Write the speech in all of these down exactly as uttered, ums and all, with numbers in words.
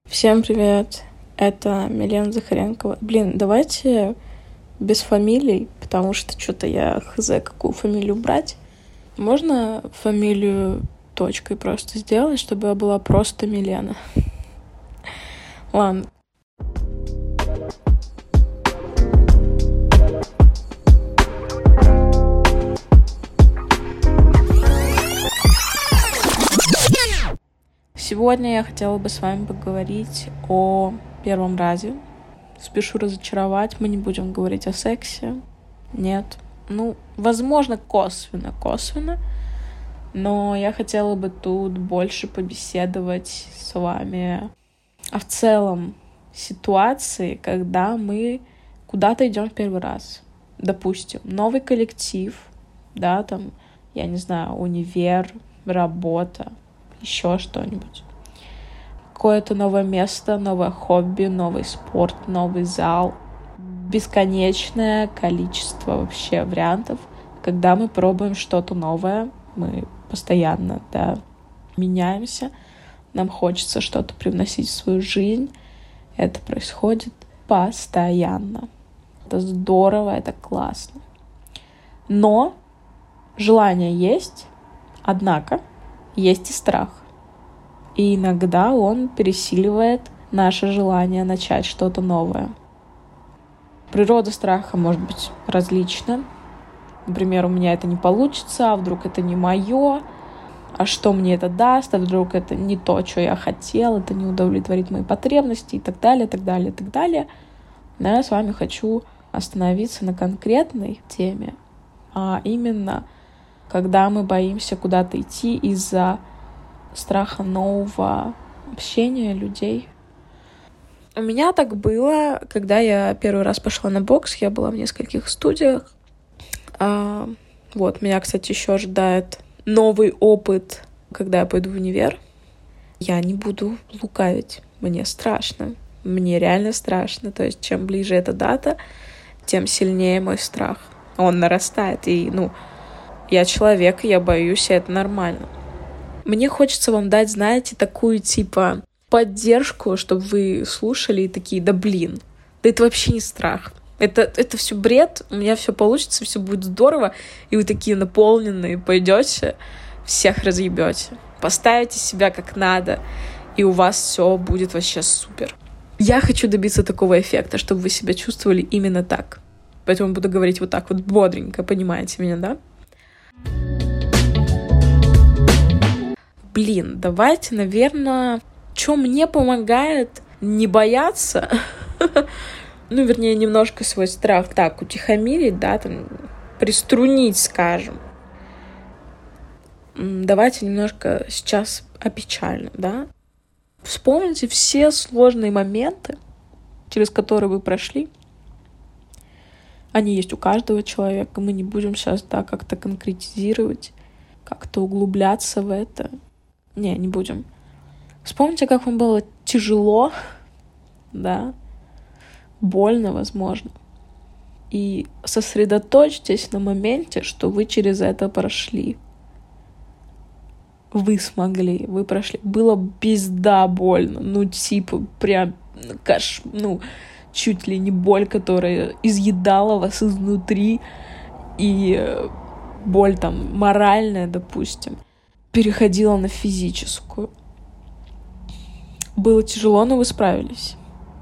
Всем привет, это Милена Захаренкова. Блин, давайте без фамилий, потому что что-то я хз, какую фамилию брать. Можно фамилию точкой просто сделать, чтобы я была просто Милена? Ладно. Сегодня я хотела бы с вами поговорить о первом разе. Спешу разочаровать, мы не будем говорить о сексе. Нет. Ну, возможно, косвенно, косвенно. Но я хотела бы тут больше побеседовать с вами о в целом ситуации, когда мы куда-то идем в первый раз. Допустим, новый коллектив, да, там, я не знаю, универ, работа, еще что-нибудь. Какое-то новое место, новое хобби, новый спорт, новый зал. Бесконечное количество вообще вариантов. Когда мы пробуем что-то новое, мы постоянно, да, меняемся. Нам хочется что-то привносить в свою жизнь. Это происходит постоянно. Это здорово, это классно. Но желание есть, однако есть и страх. И иногда он пересиливает наше желание начать что-то новое. Природа страха может быть различна. Например, у меня это не получится, а вдруг это не мое, а что мне это даст, а вдруг это не то, что я хотел, это не удовлетворит мои потребности и так далее, так далее, так далее. Но я с вами хочу остановиться на конкретной теме, а именно когда мы боимся куда-то идти из-за страха нового общения людей. У меня так было, когда я первый раз пошла на бокс, я была в нескольких студиях. А, вот, меня, кстати, еще ожидает новый опыт, когда я пойду в универ. Я не буду лукавить, мне страшно, мне реально страшно. То есть, чем ближе эта дата, тем сильнее мой страх. Он нарастает, и, ну, я человек, и я боюсь, и это нормально. Мне хочется вам дать, знаете, такую, типа, поддержку, чтобы вы слушали и такие: да блин, да это вообще не страх. Это, это все бред, у меня все получится, все будет здорово, и вы такие наполненные пойдете, всех разъебете. Поставите себя как надо, и у вас все будет вообще супер. Я хочу добиться такого эффекта, чтобы вы себя чувствовали именно так. Поэтому буду говорить вот так вот бодренько, понимаете меня, да? Блин, давайте, наверное, что мне помогает не бояться, ну, вернее, немножко свой страх так утихомирить, да, там, приструнить, скажем. Давайте немножко сейчас о печальном, да. Вспомните все сложные моменты, через которые вы прошли. Они есть у каждого человека, мы не будем сейчас, да, как-то конкретизировать, как-то углубляться в это. Не, не будем. Вспомните, как вам было тяжело, да, больно, возможно. И сосредоточьтесь на моменте, что вы через это прошли. Вы смогли, вы прошли. Было пизда больно. Ну, типа, прям, каш, ну, чуть ли не боль, которая изъедала вас изнутри. И боль там моральная, допустим, переходила на физическую. Было тяжело, но вы справились.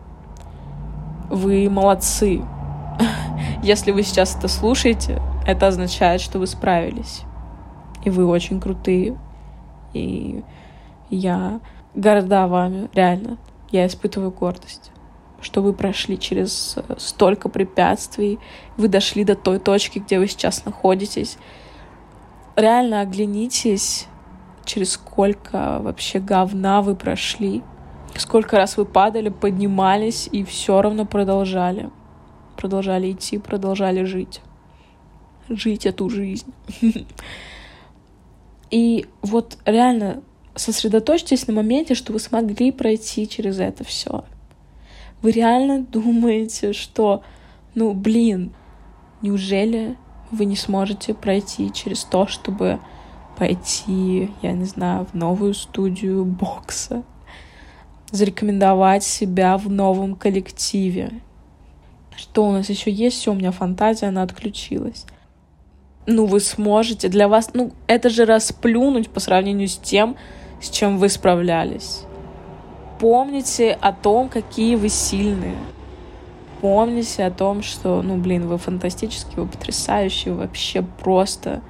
Вы молодцы. Если вы сейчас это слушаете, это означает, что вы справились. И вы очень крутые. И я горда вами, реально. Я испытываю гордость, что вы прошли через столько препятствий, вы дошли до той точки, где вы сейчас находитесь. Реально оглянитесь, через сколько вообще говна вы прошли, сколько раз вы падали, поднимались и все равно продолжали. Продолжали идти, продолжали жить. Жить эту жизнь. И вот реально сосредоточьтесь на моменте, что вы смогли пройти через это все. Вы реально думаете, что, ну, блин, неужели вы не сможете пройти через то, чтобы пойти, я не знаю, в новую студию бокса? зарекомендовать себя в новом коллективе. Что у нас еще есть? Все, у меня фантазия, она отключилась. Ну, вы сможете. Для вас, ну, это же расплюнуть по сравнению с тем, с чем вы справлялись. Помните о том, какие вы сильные. Помните о том, что, ну, блин, вы фантастические, вы потрясающие, вы вообще просто...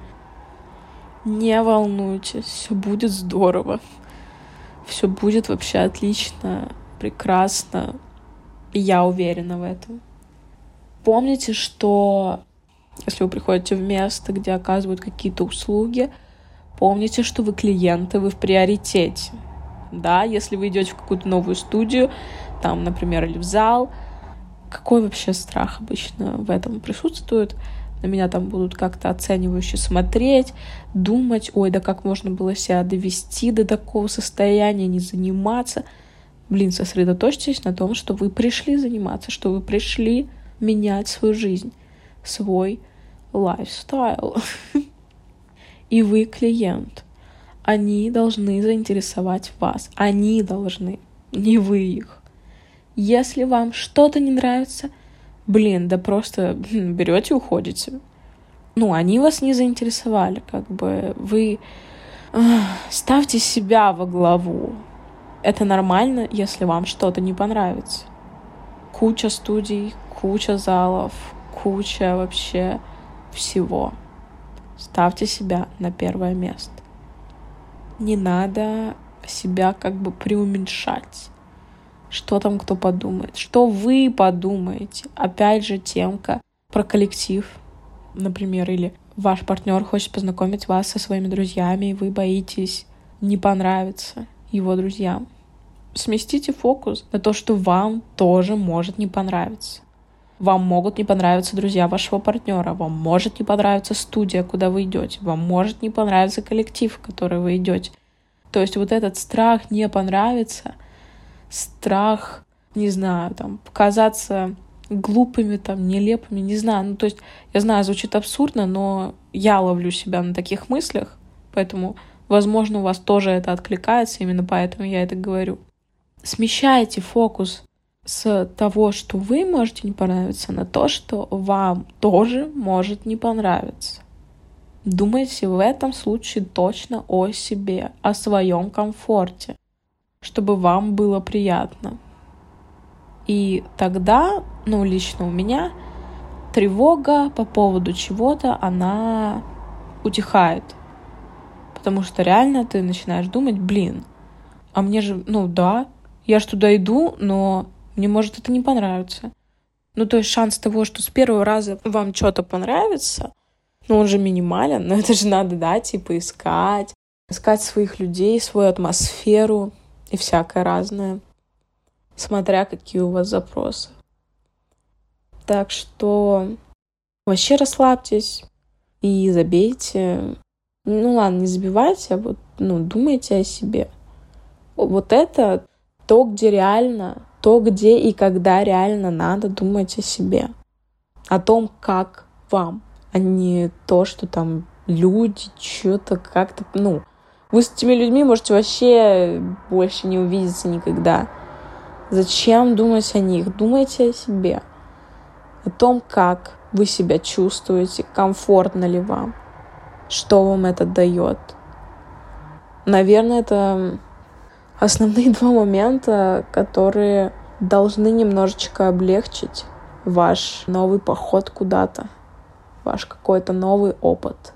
Не волнуйтесь, все будет здорово. Все будет вообще отлично, прекрасно. И я уверена в этом. Помните, что если вы приходите в место, где оказывают какие-то услуги, помните, что вы клиенты, вы в приоритете. Да, если вы идете в какую-то новую студию, там, например, или в зал, какой вообще страх обычно в этом присутствует? На меня там будут как-то оценивающе смотреть, думать, ой, да как можно было себя довести до такого состояния, не заниматься. Блин, сосредоточьтесь на том, что вы пришли заниматься, что вы пришли менять свою жизнь, свой лайфстайл. И вы клиент. Они должны заинтересовать вас. Они должны, не вы их. Если вам что-то не нравится, блин, да просто берете и уходите. Ну, они вас не заинтересовали, как бы вы эх, ставьте себя во главу. Это нормально, если вам что-то не понравится. Куча студий, куча залов, куча вообще всего. Ставьте себя на первое место. Не надо себя как бы преуменьшать. Что там кто подумает? Что вы подумаете? Опять же, темка про коллектив, например, или ваш партнер хочет познакомить вас со своими друзьями, и вы боитесь не понравиться его друзьям. Сместите фокус на то, что вам тоже может не понравиться. Вам могут не понравиться друзья вашего партнера, вам может не понравиться студия, куда вы идете, вам может не понравиться коллектив, в который вы идете. То есть вот этот страх не понравится, страх, не знаю, там, показаться глупыми, там, нелепыми, не знаю. Ну, то есть, я знаю, звучит абсурдно, но я ловлю себя на таких мыслях, поэтому, возможно, у вас тоже это откликается, именно поэтому я это говорю. Смещайте фокус с того, что вы можете не понравиться, на то, что вам тоже может не понравиться. Думайте в этом случае точно о себе, о своем комфорте, чтобы вам было приятно. И тогда, ну, лично у меня, тревога по поводу чего-то, она утихает. Потому что реально ты начинаешь думать, блин, а мне же, ну да, я же туда иду, но мне может это не понравиться. Ну, то есть шанс того, что с первого раза вам что-то понравится, ну, он же минимален, но это же надо, да, типа искать, искать своих людей, свою атмосферу и всякое разное, смотря какие у вас запросы. Так что вообще расслабьтесь и забейте. Ну ладно, не забивайте, а вот, ну, думайте о себе. Вот это то, где реально, то, где и когда реально надо думать о себе. О том, как вам, а не то, что там люди что-то как-то, ну, вы с этими людьми можете вообще больше не увидеться никогда. Зачем думать о них? Думайте о себе. О том, как вы себя чувствуете, комфортно ли вам, что вам это дает. Наверное, это основные два момента, которые должны немножечко облегчить ваш новый поход куда-то, ваш какой-то новый опыт.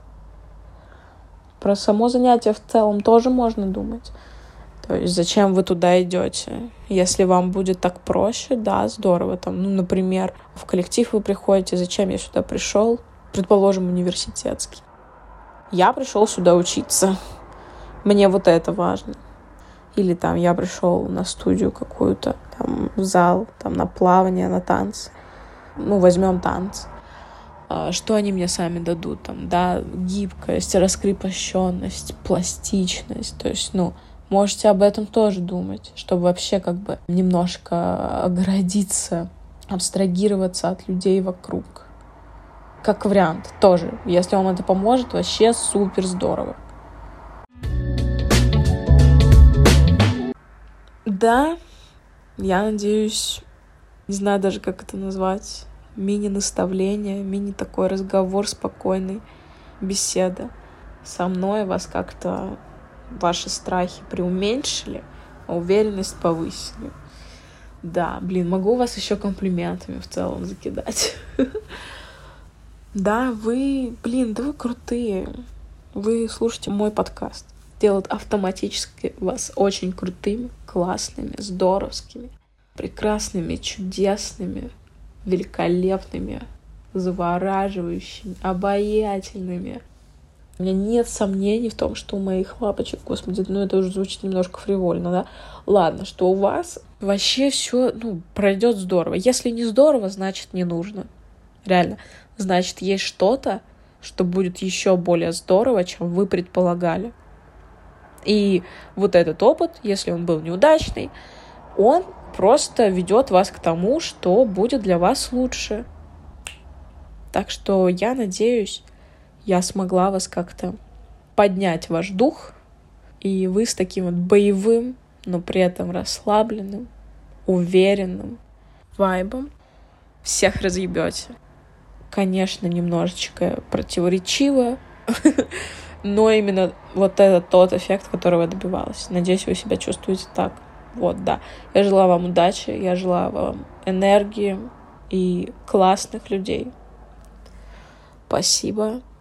Про само занятие в целом тоже можно думать. То есть зачем вы туда идете? Если вам будет так проще, да, здорово. Там, ну, например, в коллектив вы приходите, зачем я сюда пришел? Предположим, университетский. Я пришел сюда учиться. Мне вот это важно. Или там я пришел на студию какую-то, там в зал, там на плавание, на танцы. Ну, возьмем танцы. Что они мне сами дадут? Там, да, гибкость, раскрепощенность, пластичность. То есть, ну, можете об этом тоже думать, чтобы вообще как бы немножко оградиться, абстрагироваться от людей вокруг. Как вариант тоже. Если вам это поможет, вообще супер здорово. Да, Я надеюсь, не знаю даже, как это назвать, мини-наставление, мини-такой разговор спокойный, беседа со мной вас как-то, ваши страхи преуменьшили, а уверенность повысили. Да, блин, могу вас еще комплиментами в целом закидать. Да, вы, блин, да вы крутые. Вы слушаете мой подкаст. Делают автоматически вас очень крутыми, классными, здоровскими, прекрасными, чудесными, великолепными, завораживающими, обаятельными. У меня нет сомнений в том, что у моих лапочек, господи, ну это уже звучит немножко фривольно, да? Ладно, что у вас вообще все, ну, пройдет здорово. Если не здорово, значит не нужно. Реально. Значит, есть что-то, что будет еще более здорово, чем вы предполагали. И вот этот опыт, если он был неудачный, он просто ведет вас к тому, что будет для вас лучше. Так что я надеюсь, я смогла вас как-то поднять ваш дух, и вы с таким вот боевым, но при этом расслабленным, уверенным вайбом всех разъебете. Конечно, немножечко противоречиво, но именно вот это тот эффект, которого я добивалась. Надеюсь, вы себя чувствуете так. Вот, да. Я желаю вам удачи, я желаю вам энергии и классных людей. Спасибо.